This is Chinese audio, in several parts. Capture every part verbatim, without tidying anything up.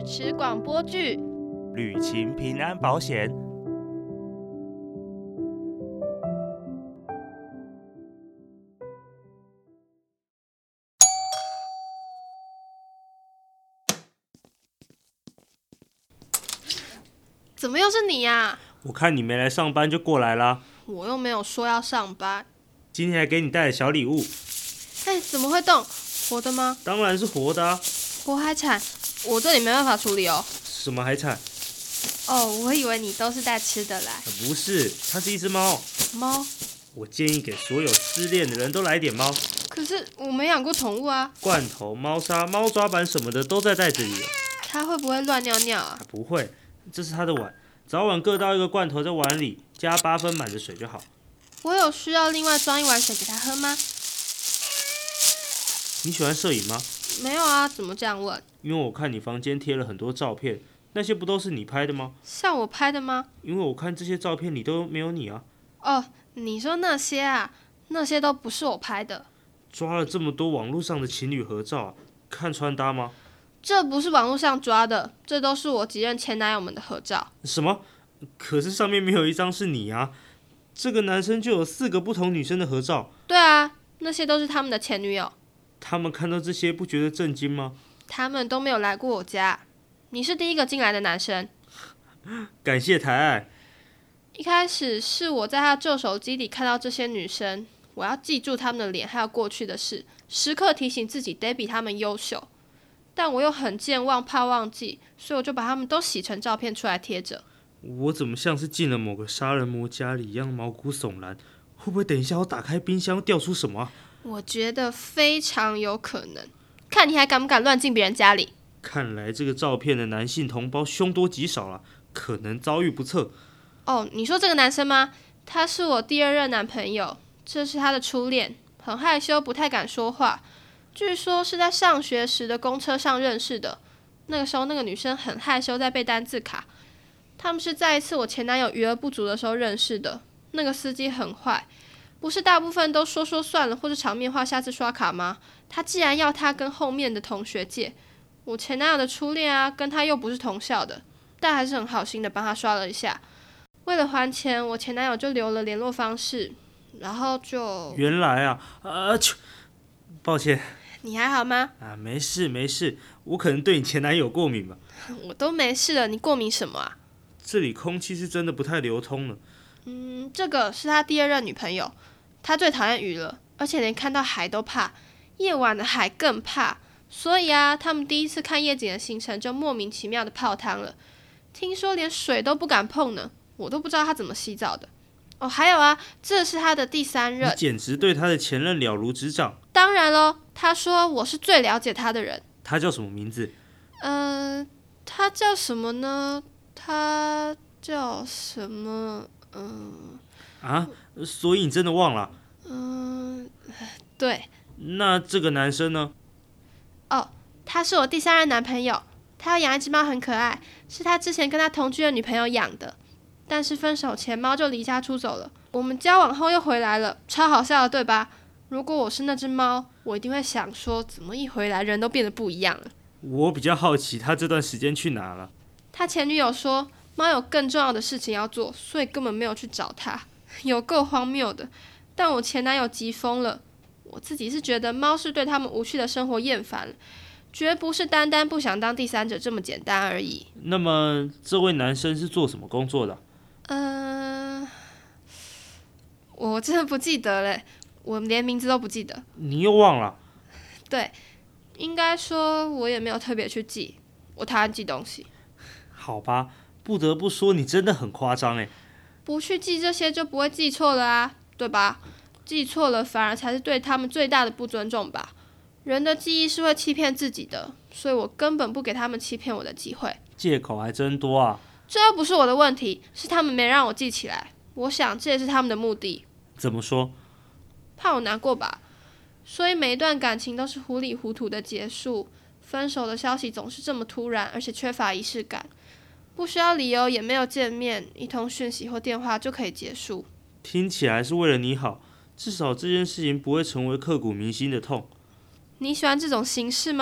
吃广播剧， 旅行平安保险。 怎么又是你啊？ 我看你没来上班就过来啦。 我又没有说要上班。 今天还给你带了小礼物。 哎，怎么会动？活的吗？ 当然是活的啊。 活海产，我这里没办法处理哦。 什么海产？ 哦，我以为你都是带吃的来。 不是，它是一只猫。 猫？ 我建议给所有失恋的人都来点猫。 可是我没养过宠物啊。 罐头、猫砂、猫抓板什么的都在袋子里了。 它会不会乱尿尿啊？ 不会，这是它的碗，早晚各倒一个罐头在碗里，加八分满的水就好。 我有需要另外装一碗水给它喝吗？ 你喜欢摄影吗？ 没有啊，怎么这样问？ 因为我看你房间贴了很多照片，那些不都是你拍的吗？ 像我拍的吗？ 因为我看这些照片里都没有你啊。 哦，你说那些啊，那些都不是我拍的。 抓了这么多网络上的情侣合照啊，看穿搭吗？ 这不是网络上抓的，这都是我几任前男友们的合照。 什么？可是上面没有一张是你啊！这个男生就有四个不同女生的合照。 对啊，那些都是他们的前女友。 他们看到这些不觉得震惊吗？ 他们都没有来过我家，你是第一个进来的男生。 感谢抬爱。 一开始是我在他旧手机里看到这些女生，我要记住他们的脸还有过去的事，时刻提醒自己得比他们优秀。但我又很健忘，怕忘记，所以我就把他们都洗成照片出来贴着。 我怎么像是进了某个杀人魔家里一样毛骨悚然？会不会等一下我打开冰箱掉出什么啊？ 我觉得非常有可能。看你还敢不敢乱进别人家里？ 看来这个照片的男性同胞凶多吉少了，可能遭遇不测。 哦，你说这个男生吗？他是我第二任男朋友，这是他的初恋，很害羞，不太敢说话。据说是在上学时的公车上认识的，那个时候那个女生很害羞，在背单字卡。他们是在一次我前男友余额不足的时候认识的。那个司机很坏，不是大部分都说说算了，或是场面话下次刷卡吗？他既然要他跟后面的同学借，我前男友的初恋啊，跟他又不是同校的，但还是很好心的帮他刷了一下。为了还钱，我前男友就留了联络方式，然后就…… 原来啊，啊，抱歉。 你还好吗？ 啊，没事没事，我可能对你前男友过敏吧。 我都没事了，你过敏什么啊？ 这里空气是真的不太流通了。 嗯，这个是他第二任女朋友，他最讨厌鱼了，而且连看到海都怕，夜晚的海更怕。所以啊，他们第一次看夜景的行程就莫名其妙的泡汤了，听说连水都不敢碰呢，我都不知道他怎么洗澡的。哦，还有啊，这是他的第三任。 你简直对他的前任了如指掌。 当然咯，他说我是最了解他的人。 他叫什么名字？ 嗯、呃，他叫什么呢？他叫什么？嗯、 呃、啊，所以你真的忘了？ 嗯、呃，对。 那这个男生呢？ 哦，他是我第三任男朋友，他要养一只猫，很可爱，是他之前跟他同居的女朋友养的。但是分手前猫就离家出走了，我们交往后又回来了，超好笑的，对吧？如果我是那只猫，我一定会想说，怎么一回来人都变得不一样了。 我比较好奇他这段时间去哪了。 他前女友说猫有更重要的事情要做，所以根本没有去找他，有够荒谬的。但我前男友急疯了，我自己是觉得猫是对他们无趣的生活厌烦了，绝不是单单不想当第三者这么简单而已。 那么这位男生是做什么工作的？ 嗯、呃，我真的不记得嘞，我连名字都不记得。 你又忘了？ 对，应该说我也没有特别去记，我讨厌记东西。 好吧，不得不说你真的很夸张诶。 不去记这些就不会记错了啊，对吧？记错了反而才是对他们最大的不尊重吧。人的记忆是会欺骗自己的，所以我根本不给他们欺骗我的机会。 借口还真多啊。 这又不是我的问题，是他们没让我记起来。我想这也是他们的目的。 怎么说？ 怕我难过吧。所以每一段感情都是糊里糊涂的结束，分手的消息总是这么突然，而且缺乏仪式感，不需要理由，也没有见面，一通讯息或电话就可以结束。 听起来是为了你好，至少这件事情不会成为刻骨铭心的痛。 你喜欢这种形式吗？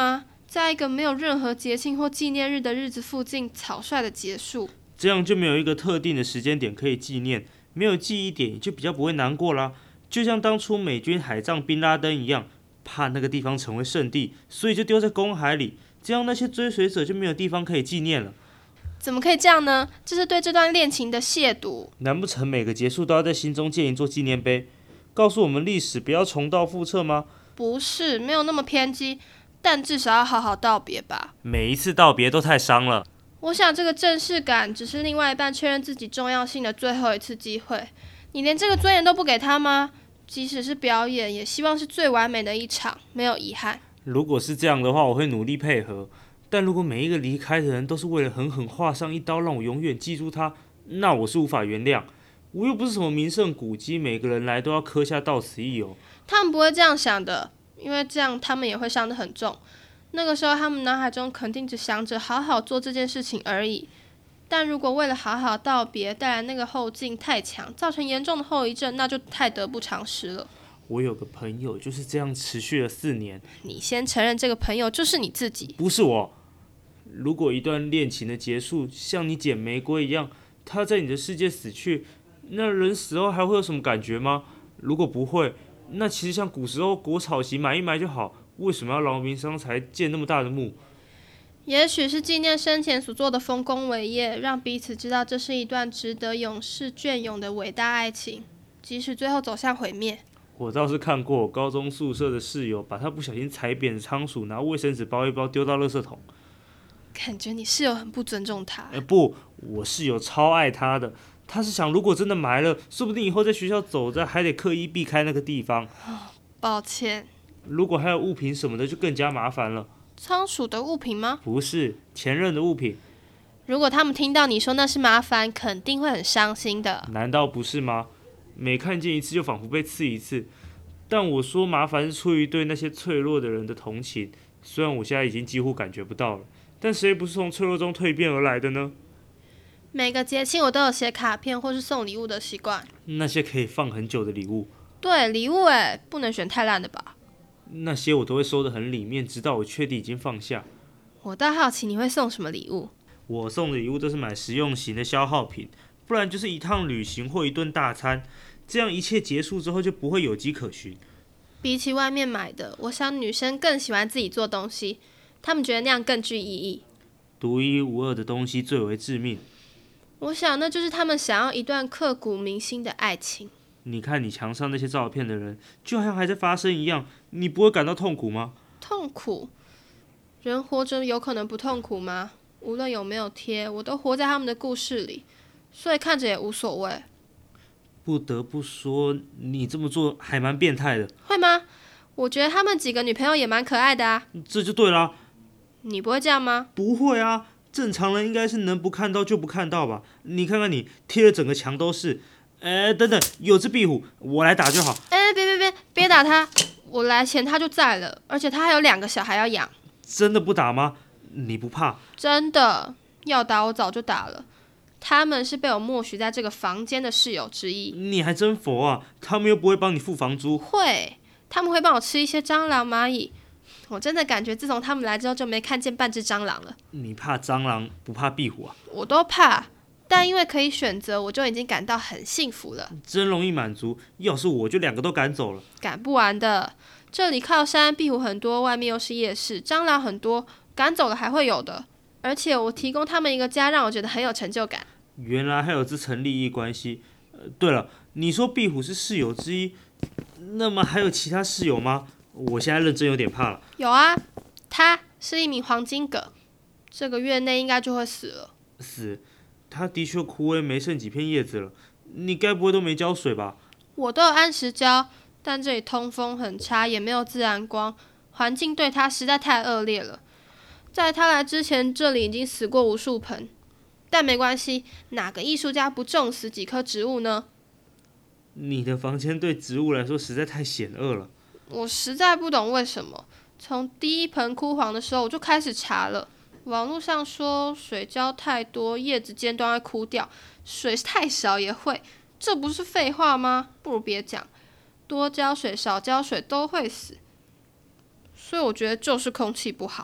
在一个没有任何节庆或纪念日的日子附近草率的结束。 这样就没有一个特定的时间点可以纪念，没有记忆点就比较不会难过啦。就像当初美军海葬宾拉登一样，怕那个地方成为圣地，所以就丢在公海里，这样那些追随者就没有地方可以纪念了。 怎么可以这样呢？这是对这段恋情的亵渎。 难不成每个结束都要在心中建一座纪念碑，告诉我们历史不要重蹈覆辙吗？ 不是，没有那么偏激，但至少要好好道别吧。 每一次道别都太伤了。 我想这个正式感只是另外一半确认自己重要性的最后一次机会。你连这个尊严都不给他吗？即使是表演，也希望是最完美的一场，没有遗憾。 如果是这样的话，我会努力配合。但如果每一个离开的人都是为了狠狠划上一刀，让我永远记住他，那我是无法原谅。我又不是什么名胜古迹，每个人来都要刻下到此一游。 他们不会这样想的，因为这样他们也会伤得很重。那个时候他们脑海中肯定只想着好好做这件事情而已。但如果为了好好道别带来那个后劲太强，造成严重的后遗症，那就太得不偿失了。 我有个朋友就是这样持续了四年。 你先承认这个朋友就是你自己。 不是我。如果一段恋情的结束像你捡玫瑰一样，他在你的世界死去，那人死后还会有什么感觉吗？如果不会，那其实像古时候裹草席埋一埋就好，为什么要劳民伤财建那么大的墓？ 也许是纪念生前所做的丰功伟业，让彼此知道这是一段值得永世隽永的伟大爱情，即使最后走向毁灭。 我倒是看过我高中宿舍的室友把他不小心踩扁的仓鼠拿卫生纸包一包丢到垃圾桶。 感觉你室友很不尊重他。 欸、不，我室友超爱他的。他是想，如果真的埋了，说不定以后在学校走着还得刻意避开那个地方。 哦，抱歉。 如果还有物品什么的，就更加麻烦了。 仓鼠的物品吗？ 不是，前任的物品。 如果他们听到你说那是麻烦，肯定会很伤心的。 难道不是吗？每看见一次就仿佛被刺一次。但我说麻烦是出于对那些脆弱的人的同情，虽然我现在已经几乎感觉不到了。但谁不是从脆弱中蜕变而来的呢？ 每个节庆我都有写卡片或是送礼物的习惯。 那些可以放很久的礼物。 对，礼物耶，不能选太烂的吧？ 那些我都会收得很里面，直到我确定已经放下。 我倒好奇你会送什么礼物。 我送的礼物都是买实用型的消耗品，不然就是一趟旅行或一顿大餐，这样一切结束之后就不会有迹可循。 比起外面买的，我想女生更喜欢自己做东西，她们觉得那样更具意义。 独一无二的东西最为致命。 我想那就是他们想要一段刻骨铭心的爱情。 你看你墙上那些照片的人，就好像还在发生一样，你不会感到痛苦吗？ 痛苦？人活着有可能不痛苦吗？无论有没有贴，我都活在他们的故事里，所以看着也无所谓。 不得不说，你这么做还蛮变态的。 会吗？我觉得他们几个女朋友也蛮可爱的啊。 这就对啦。 你不会这样吗？ 不会啊，正常人应该是能不看到就不看到吧？你看看你贴了整个墙都是。哎，等等，有只壁虎，我来打就好。 哎，别别别，别打他！我来前他就在了，而且他还有两个小孩要养。 真的不打吗？你不怕？ 真的，要打我早就打了。他们是被我默许在这个房间的室友之一。 你还真佛啊！他们又不会帮你付房租。 会，他们会帮我吃一些蟑螂、蚂蚁。我真的感觉自从他们来之后就没看见半只蟑螂了。 你怕蟑螂，不怕壁虎啊？ 我都怕，但因为可以选择，我就已经感到很幸福了。 真容易满足，要是我就两个都赶走了。 赶不完的，这里靠山，壁虎很多，外面又是夜市，蟑螂很多，赶走了还会有的。而且我提供他们一个家，让我觉得很有成就感。 原来还有这层利益关系。呃，对了，你说壁虎是室友之一，那么还有其他室友吗？我现在认真有点怕了。 有啊，他是一名黄金葛，这个月内应该就会死了。 死？他的确枯萎，没剩几片叶子了。你该不会都没浇水吧？ 我都有按时浇，但这里通风很差，也没有自然光，环境对他实在太恶劣了。在他来之前，这里已经死过无数盆。但没关系，哪个艺术家不种死几棵植物呢？ 你的房间对植物来说实在太险恶了。 我实在不懂为什么，从第一盆枯黄的时候我就开始查了。网络上说水浇太多，叶子尖端会枯掉；水太少也会，这不是废话吗？不如别讲，多浇水、少浇水都会死。所以我觉得就是空气不好。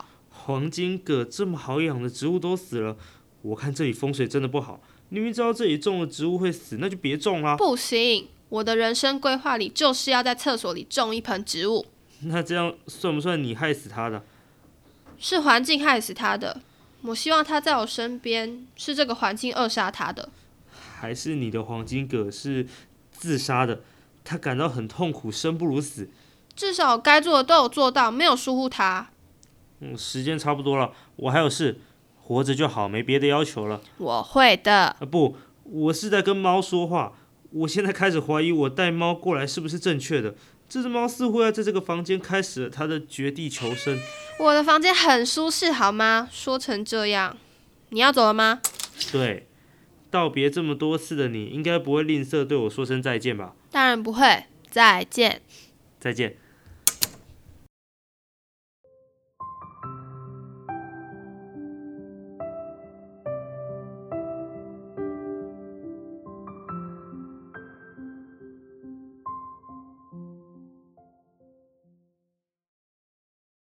黄金葛这么好养的植物都死了，我看这里风水真的不好。你明知道这里种的植物会死，那就别种啦。 不行，我的人生规划里就是要在厕所里种一盆植物。 那这样算不算你害死他的？ 是环境害死他的，我希望他在我身边，是这个环境扼杀他的。 还是你的黄金葛是自杀的？他感到很痛苦，生不如死。 至少该做的都有做到，没有疏忽他。 嗯，时间差不多了，我还有事，活着就好，没别的要求了。 我会的。 啊不，我是在跟猫说话。我现在开始怀疑我带猫过来是不是正确的。这只猫似乎要在这个房间开始了它的绝地求生。 我的房间很舒适，好吗？说成这样，你要走了吗？ 对，道别这么多次的你，应该不会吝啬对我说声再见吧？ 当然不会。再见。 再见。